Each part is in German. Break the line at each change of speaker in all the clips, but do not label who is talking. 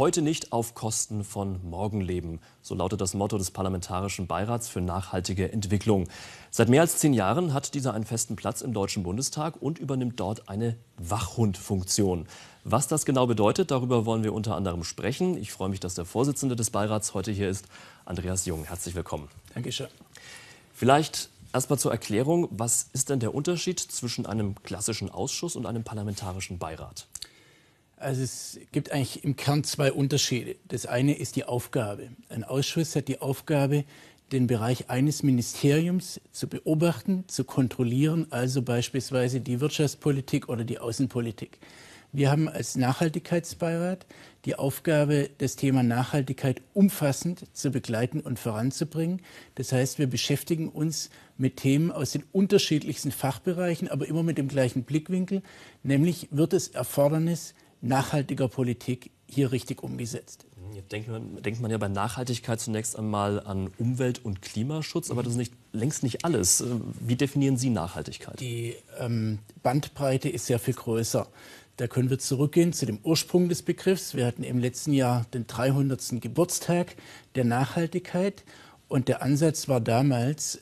Heute nicht auf Kosten von morgen leben. So lautet das Motto des Parlamentarischen Beirats für nachhaltige Entwicklung. Seit mehr als 10 Jahren hat dieser einen festen Platz im Deutschen Bundestag und übernimmt dort eine Wachhundfunktion. Was das genau bedeutet, darüber wollen wir unter anderem sprechen. Ich freue mich, dass der Vorsitzende des Beirats heute hier ist, Andreas Jung. Herzlich willkommen.
Dankeschön.
Vielleicht erstmal zur Erklärung, was ist denn der Unterschied zwischen einem klassischen Ausschuss und einem parlamentarischen Beirat?
Also es gibt eigentlich im Kern 2 Unterschiede. Das eine ist die Aufgabe. Ein Ausschuss hat die Aufgabe, den Bereich eines Ministeriums zu beobachten, zu kontrollieren, also beispielsweise die Wirtschaftspolitik oder die Außenpolitik. Wir haben als Nachhaltigkeitsbeirat die Aufgabe, das Thema Nachhaltigkeit umfassend zu begleiten und voranzubringen. Das heißt, wir beschäftigen uns mit Themen aus den unterschiedlichsten Fachbereichen, aber immer mit dem gleichen Blickwinkel, nämlich wird das Erfordernis nachhaltiger Politik hier richtig umgesetzt.
Jetzt denkt man ja bei Nachhaltigkeit zunächst einmal an Umwelt- und Klimaschutz, aber das ist längst nicht alles. Wie definieren Sie Nachhaltigkeit?
Die Bandbreite ist sehr viel größer. Da können wir zurückgehen zu dem Ursprung des Begriffs. Wir hatten im letzten Jahr den 300. Geburtstag der Nachhaltigkeit und der Ansatz war damals,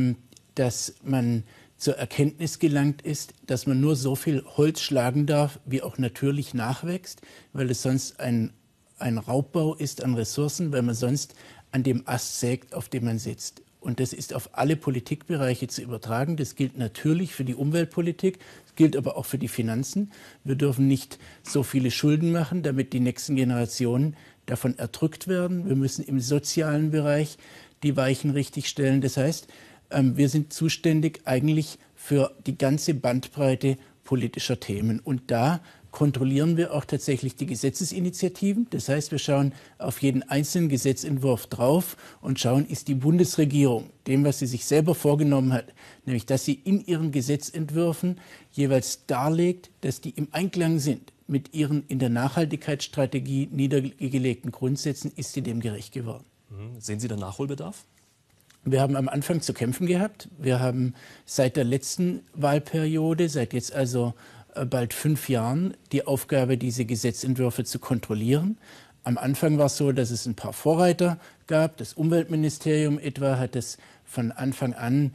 dass man zur Erkenntnis gelangt ist, dass man nur so viel Holz schlagen darf, wie auch natürlich nachwächst, weil es sonst ein Raubbau ist an Ressourcen, weil man sonst an dem Ast sägt, auf dem man sitzt. Und das ist auf alle Politikbereiche zu übertragen. Das gilt natürlich für die Umweltpolitik, das gilt aber auch für die Finanzen. Wir dürfen nicht so viele Schulden machen, damit die nächsten Generationen davon erdrückt werden. Wir müssen im sozialen Bereich die Weichen richtig stellen. Das heißt, wir sind zuständig eigentlich für die ganze Bandbreite politischer Themen. Und da kontrollieren wir auch tatsächlich die Gesetzesinitiativen. Das heißt, wir schauen auf jeden einzelnen Gesetzentwurf drauf und schauen, ist die Bundesregierung dem, was sie sich selber vorgenommen hat, nämlich dass sie in ihren Gesetzentwürfen jeweils darlegt, dass die im Einklang sind mit ihren in der Nachhaltigkeitsstrategie niedergelegten Grundsätzen, ist sie dem gerecht geworden.
Sehen Sie da Nachholbedarf?
Wir haben am Anfang zu kämpfen gehabt. Wir haben seit der letzten Wahlperiode, seit jetzt also bald 5 Jahren, die Aufgabe, diese Gesetzentwürfe zu kontrollieren. Am Anfang war es so, dass es ein paar Vorreiter gab. Das Umweltministerium etwa hat es von Anfang an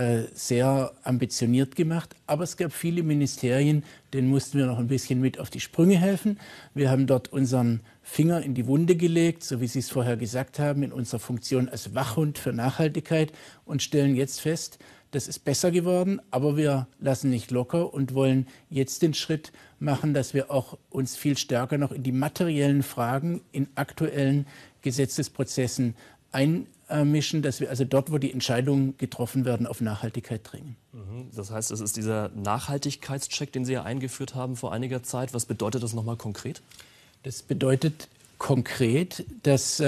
sehr ambitioniert gemacht. Aber es gab viele Ministerien, denen mussten wir noch ein bisschen mit auf die Sprünge helfen. Wir haben dort unseren Finger in die Wunde gelegt, so wie Sie es vorher gesagt haben, in unserer Funktion als Wachhund für Nachhaltigkeit und stellen jetzt fest, das ist besser geworden, aber wir lassen nicht locker und wollen jetzt den Schritt machen, dass wir auch uns viel stärker noch in die materiellen Fragen in aktuellen Gesetzesprozessen einmischen, dass wir also dort, wo die Entscheidungen getroffen werden, auf Nachhaltigkeit dringen.
Das heißt, es ist dieser Nachhaltigkeitscheck, den Sie ja eingeführt haben vor einiger Zeit. Was bedeutet das nochmal konkret?
Das bedeutet konkret, dass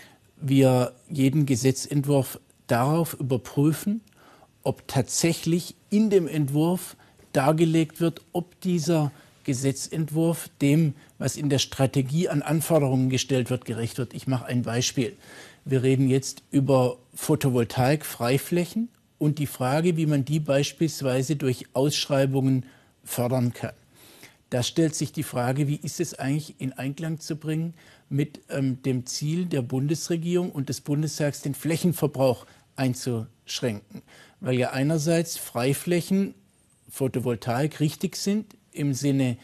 wir jeden Gesetzentwurf darauf überprüfen, ob tatsächlich in dem Entwurf dargelegt wird, ob dieser Gesetzentwurf dem, was in der Strategie an Anforderungen gestellt wird, gerecht wird. Ich mache ein Beispiel. Wir reden jetzt über Photovoltaik-Freiflächen und die Frage, wie man die beispielsweise durch Ausschreibungen fördern kann. Da stellt sich die Frage, wie ist es eigentlich in Einklang zu bringen mit dem Ziel der Bundesregierung und des Bundestags, den Flächenverbrauch einzuschränken. Weil ja einerseits Freiflächen, Photovoltaik richtig sind im Sinne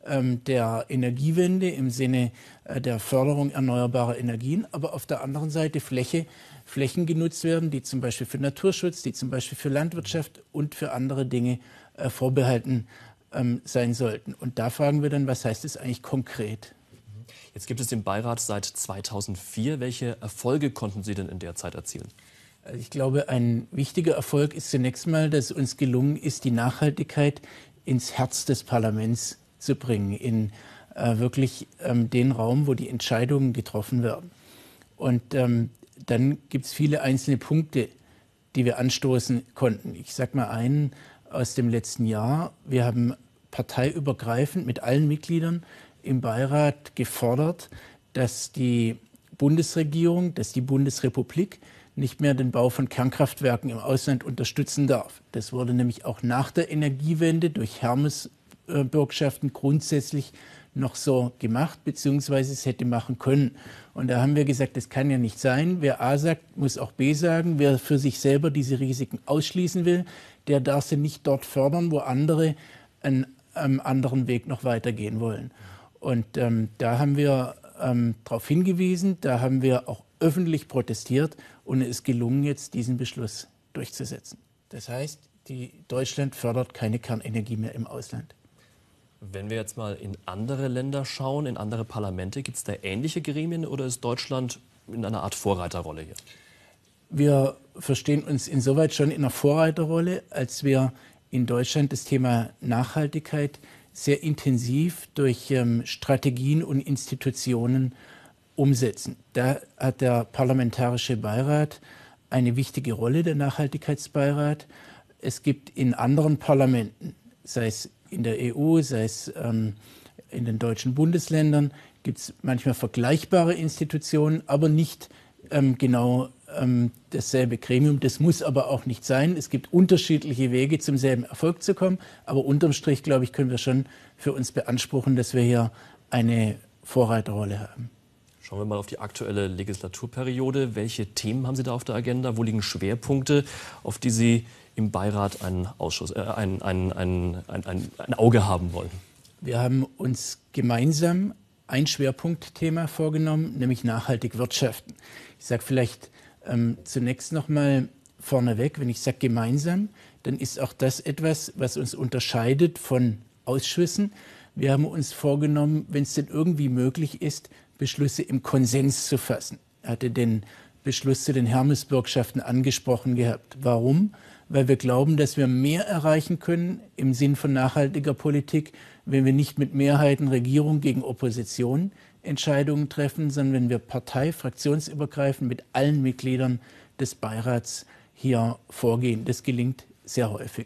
der Energiewende, im Sinne der Förderung erneuerbarer Energien, aber auf der anderen Seite Flächen genutzt werden, die zum Beispiel für Naturschutz, die zum Beispiel für Landwirtschaft und für andere Dinge vorbehalten sein sollten. Und da fragen wir dann, was heißt es eigentlich konkret?
Jetzt gibt es den Beirat seit 2004. Welche Erfolge konnten Sie denn in der Zeit erzielen?
Ich glaube, ein wichtiger Erfolg ist zunächst mal, dass uns gelungen ist, die Nachhaltigkeit ins Herz des Parlaments zu bringen, in wirklich den Raum, wo die Entscheidungen getroffen werden. Und dann gibt es viele einzelne Punkte, die wir anstoßen konnten. Ich sage mal einen aus dem letzten Jahr. Wir haben parteiübergreifend mit allen Mitgliedern im Beirat gefordert, dass die Bundesregierung, dass die Bundesrepublik nicht mehr den Bau von Kernkraftwerken im Ausland unterstützen darf. Das wurde nämlich auch nach der Energiewende durch Hermes-Bürgschaften grundsätzlich noch so gemacht, beziehungsweise es hätte machen können. Und da haben wir gesagt, das kann ja nicht sein. Wer A sagt, muss auch B sagen. Wer für sich selber diese Risiken ausschließen will, der darf sie nicht dort fördern, wo andere einen anderen Weg noch weitergehen wollen. Und da haben wir darauf hingewiesen, da haben wir auch öffentlich protestiert und es ist gelungen, jetzt diesen Beschluss durchzusetzen. Das heißt, Deutschland fördert keine Kernenergie mehr im Ausland.
Wenn wir jetzt mal in andere Länder schauen, in andere Parlamente, gibt es da ähnliche Gremien oder ist Deutschland in einer Art Vorreiterrolle hier?
Wir verstehen uns insoweit schon in einer Vorreiterrolle, als wir in Deutschland das Thema Nachhaltigkeit sehr intensiv durch Strategien und Institutionen umsetzen. Da hat der Parlamentarische Beirat eine wichtige Rolle, der Nachhaltigkeitsbeirat. Es gibt in anderen Parlamenten, sei es in der EU, sei es in den deutschen Bundesländern, gibt es manchmal vergleichbare Institutionen, aber nicht genau dasselbe Gremium. Das muss aber auch nicht sein. Es gibt unterschiedliche Wege, zum selben Erfolg zu kommen. Aber unterm Strich, glaube ich, können wir schon für uns beanspruchen, dass wir hier eine Vorreiterrolle haben.
Schauen wir mal auf die aktuelle Legislaturperiode. Welche Themen haben Sie da auf der Agenda? Wo liegen Schwerpunkte, auf die Sie im Beirat ein Auge haben wollen?
Wir haben uns gemeinsam ein Schwerpunktthema vorgenommen, nämlich nachhaltig wirtschaften. Ich sage vielleicht zunächst noch mal vorneweg, wenn ich sage gemeinsam, dann ist auch das etwas, was uns unterscheidet von Ausschüssen. Wir haben uns vorgenommen, wenn es denn irgendwie möglich ist, Beschlüsse im Konsens zu fassen. Ich hatte den Beschluss zu den Hermes-Bürgschaften angesprochen gehabt. Warum? Weil wir glauben, dass wir mehr erreichen können im Sinn von nachhaltiger Politik, wenn wir nicht mit Mehrheiten Regierung gegen Opposition Entscheidungen treffen, sondern wenn wir fraktionsübergreifend mit allen Mitgliedern des Beirats hier vorgehen. Das gelingt sehr häufig.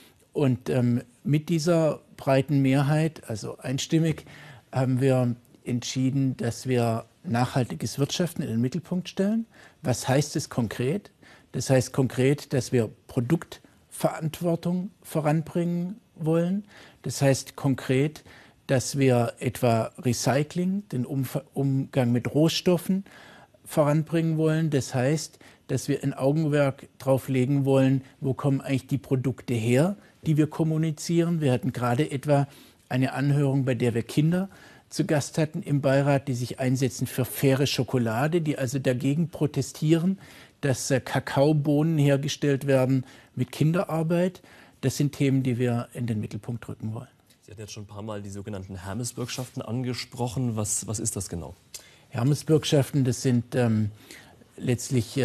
Und mit dieser breiten Mehrheit, also einstimmig, haben wir entschieden, dass wir nachhaltiges Wirtschaften in den Mittelpunkt stellen. Was heißt es konkret? Das heißt konkret, dass wir Produktverantwortung voranbringen wollen. Das heißt konkret, dass wir etwa Recycling, den Umgang mit Rohstoffen voranbringen wollen. Das heißt, dass wir ein Augenmerk darauf legen wollen, wo kommen eigentlich die Produkte her, die wir kommunizieren. Wir hatten gerade etwa eine Anhörung, bei der wir Kinder zu Gast hatten im Beirat, die sich einsetzen für faire Schokolade, die also dagegen protestieren, dass Kakaobohnen hergestellt werden mit Kinderarbeit. Das sind Themen, die wir in den Mittelpunkt rücken wollen.
Sie hatten jetzt schon ein paar Mal die sogenannten Hermes-Bürgschaften angesprochen. Was ist das genau?
Hermes-Bürgschaften, das sind letztlich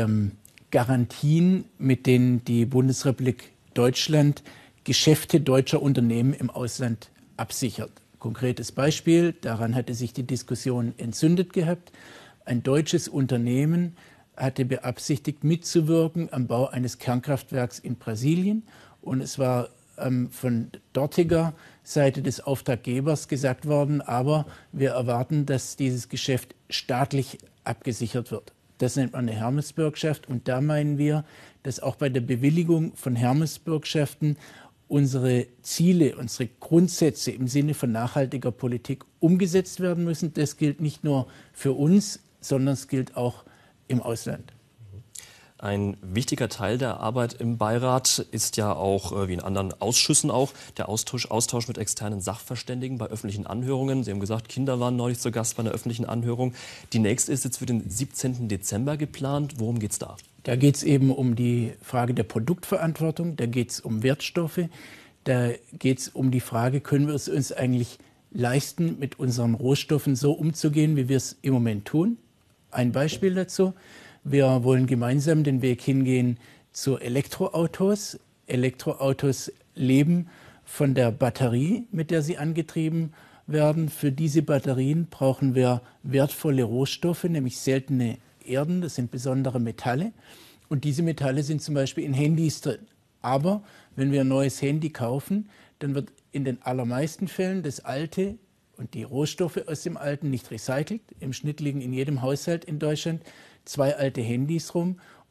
Garantien, mit denen die Bundesrepublik Deutschland Geschäfte deutscher Unternehmen im Ausland absichert. Konkretes Beispiel, daran hatte sich die Diskussion entzündet gehabt. Ein deutsches Unternehmen hatte beabsichtigt, mitzuwirken am Bau eines Kernkraftwerks in Brasilien. Und es war von dortiger Seite des Auftraggebers gesagt worden, aber wir erwarten, dass dieses Geschäft staatlich abgesichert wird. Das nennt man eine Hermes-Bürgschaft. Und da meinen wir, dass auch bei der Bewilligung von Hermes-Bürgschaften unsere Ziele, unsere Grundsätze im Sinne von nachhaltiger Politik umgesetzt werden müssen. Das gilt nicht nur für uns, sondern es gilt auch im Ausland.
Ein wichtiger Teil der Arbeit im Beirat ist ja auch, wie in anderen Ausschüssen auch, der Austausch mit externen Sachverständigen bei öffentlichen Anhörungen. Sie haben gesagt, Kinder waren neulich zu Gast bei einer öffentlichen Anhörung. Die nächste ist jetzt für den 17. Dezember geplant. Worum geht es da?
Da geht es eben um die Frage der Produktverantwortung, da geht es um Wertstoffe, da geht es um die Frage, können wir es uns eigentlich leisten, mit unseren Rohstoffen so umzugehen, wie wir es im Moment tun. Ein Beispiel dazu. Wir wollen gemeinsam den Weg hingehen zu Elektroautos. Elektroautos leben von der Batterie, mit der sie angetrieben werden. Für diese Batterien brauchen wir wertvolle Rohstoffe, nämlich seltene Erden, das sind besondere Metalle. Und diese Metalle sind zum Beispiel in Handys drin. Aber wenn wir ein neues Handy kaufen, dann wird in den allermeisten Fällen das alte und die Rohstoffe aus dem alten nicht recycelt. Im Schnitt liegen in jedem Haushalt in Deutschland 2 alte Handys rum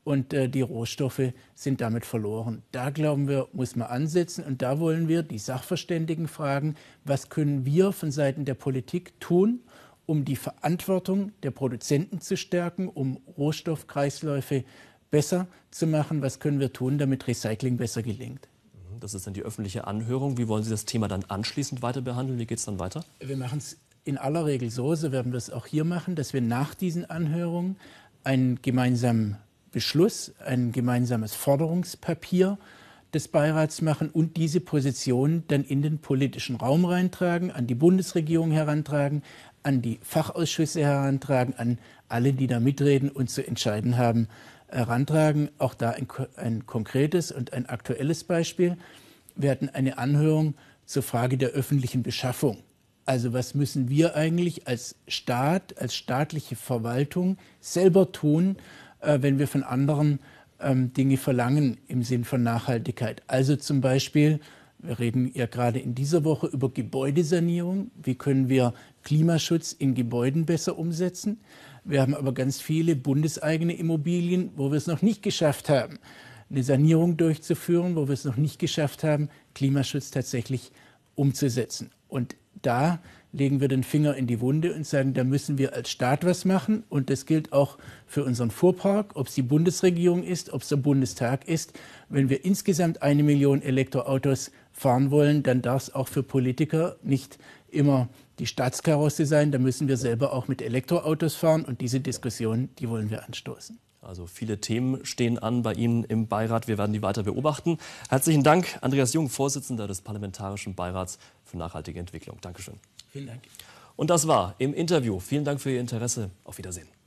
und die Rohstoffe sind damit verloren. Da glauben wir, muss man ansetzen und da wollen wir die Sachverständigen fragen, was können wir von Seiten der Politik tun, um die Verantwortung der Produzenten zu stärken, um Rohstoffkreisläufe besser zu machen. Was können wir tun, damit Recycling besser gelingt?
Das ist dann die öffentliche Anhörung. Wie wollen Sie das Thema dann anschließend weiter behandeln? Wie geht es dann weiter?
Wir machen es in aller Regel so werden wir es auch hier machen, dass wir nach diesen Anhörungen einen gemeinsamen Beschluss, ein gemeinsames Forderungspapier des Beirats machen und diese Position dann in den politischen Raum reintragen, an die Bundesregierung herantragen, an die Fachausschüsse herantragen, an alle, die da mitreden und zu entscheiden haben, herantragen. Auch da ein konkretes und ein aktuelles Beispiel. Wir hatten eine Anhörung zur Frage der öffentlichen Beschaffung. Also was müssen wir eigentlich als Staat, als staatliche Verwaltung selber tun, wenn wir von anderen Dinge verlangen im Sinn von Nachhaltigkeit. Also zum Beispiel, wir reden ja gerade in dieser Woche über Gebäudesanierung. Wie können wir Klimaschutz in Gebäuden besser umsetzen? Wir haben aber ganz viele bundeseigene Immobilien, wo wir es noch nicht geschafft haben, eine Sanierung durchzuführen, wo wir es noch nicht geschafft haben, Klimaschutz tatsächlich umzusetzen. Und da legen wir den Finger in die Wunde und sagen, da müssen wir als Staat was machen. Und das gilt auch für unseren Fuhrpark, ob es die Bundesregierung ist, ob es der Bundestag ist. Wenn wir insgesamt 1 Million Elektroautos fahren wollen, dann darf es auch für Politiker nicht immer die Staatskarosse sein. Da müssen wir selber auch mit Elektroautos fahren. Und diese Diskussion, die wollen wir anstoßen.
Also viele Themen stehen an bei Ihnen im Beirat. Wir werden die weiter beobachten. Herzlichen Dank, Andreas Jung, Vorsitzender des Parlamentarischen Beirats für nachhaltige Entwicklung. Dankeschön.
Vielen Dank.
Und das war im Interview. Vielen Dank für Ihr Interesse. Auf Wiedersehen.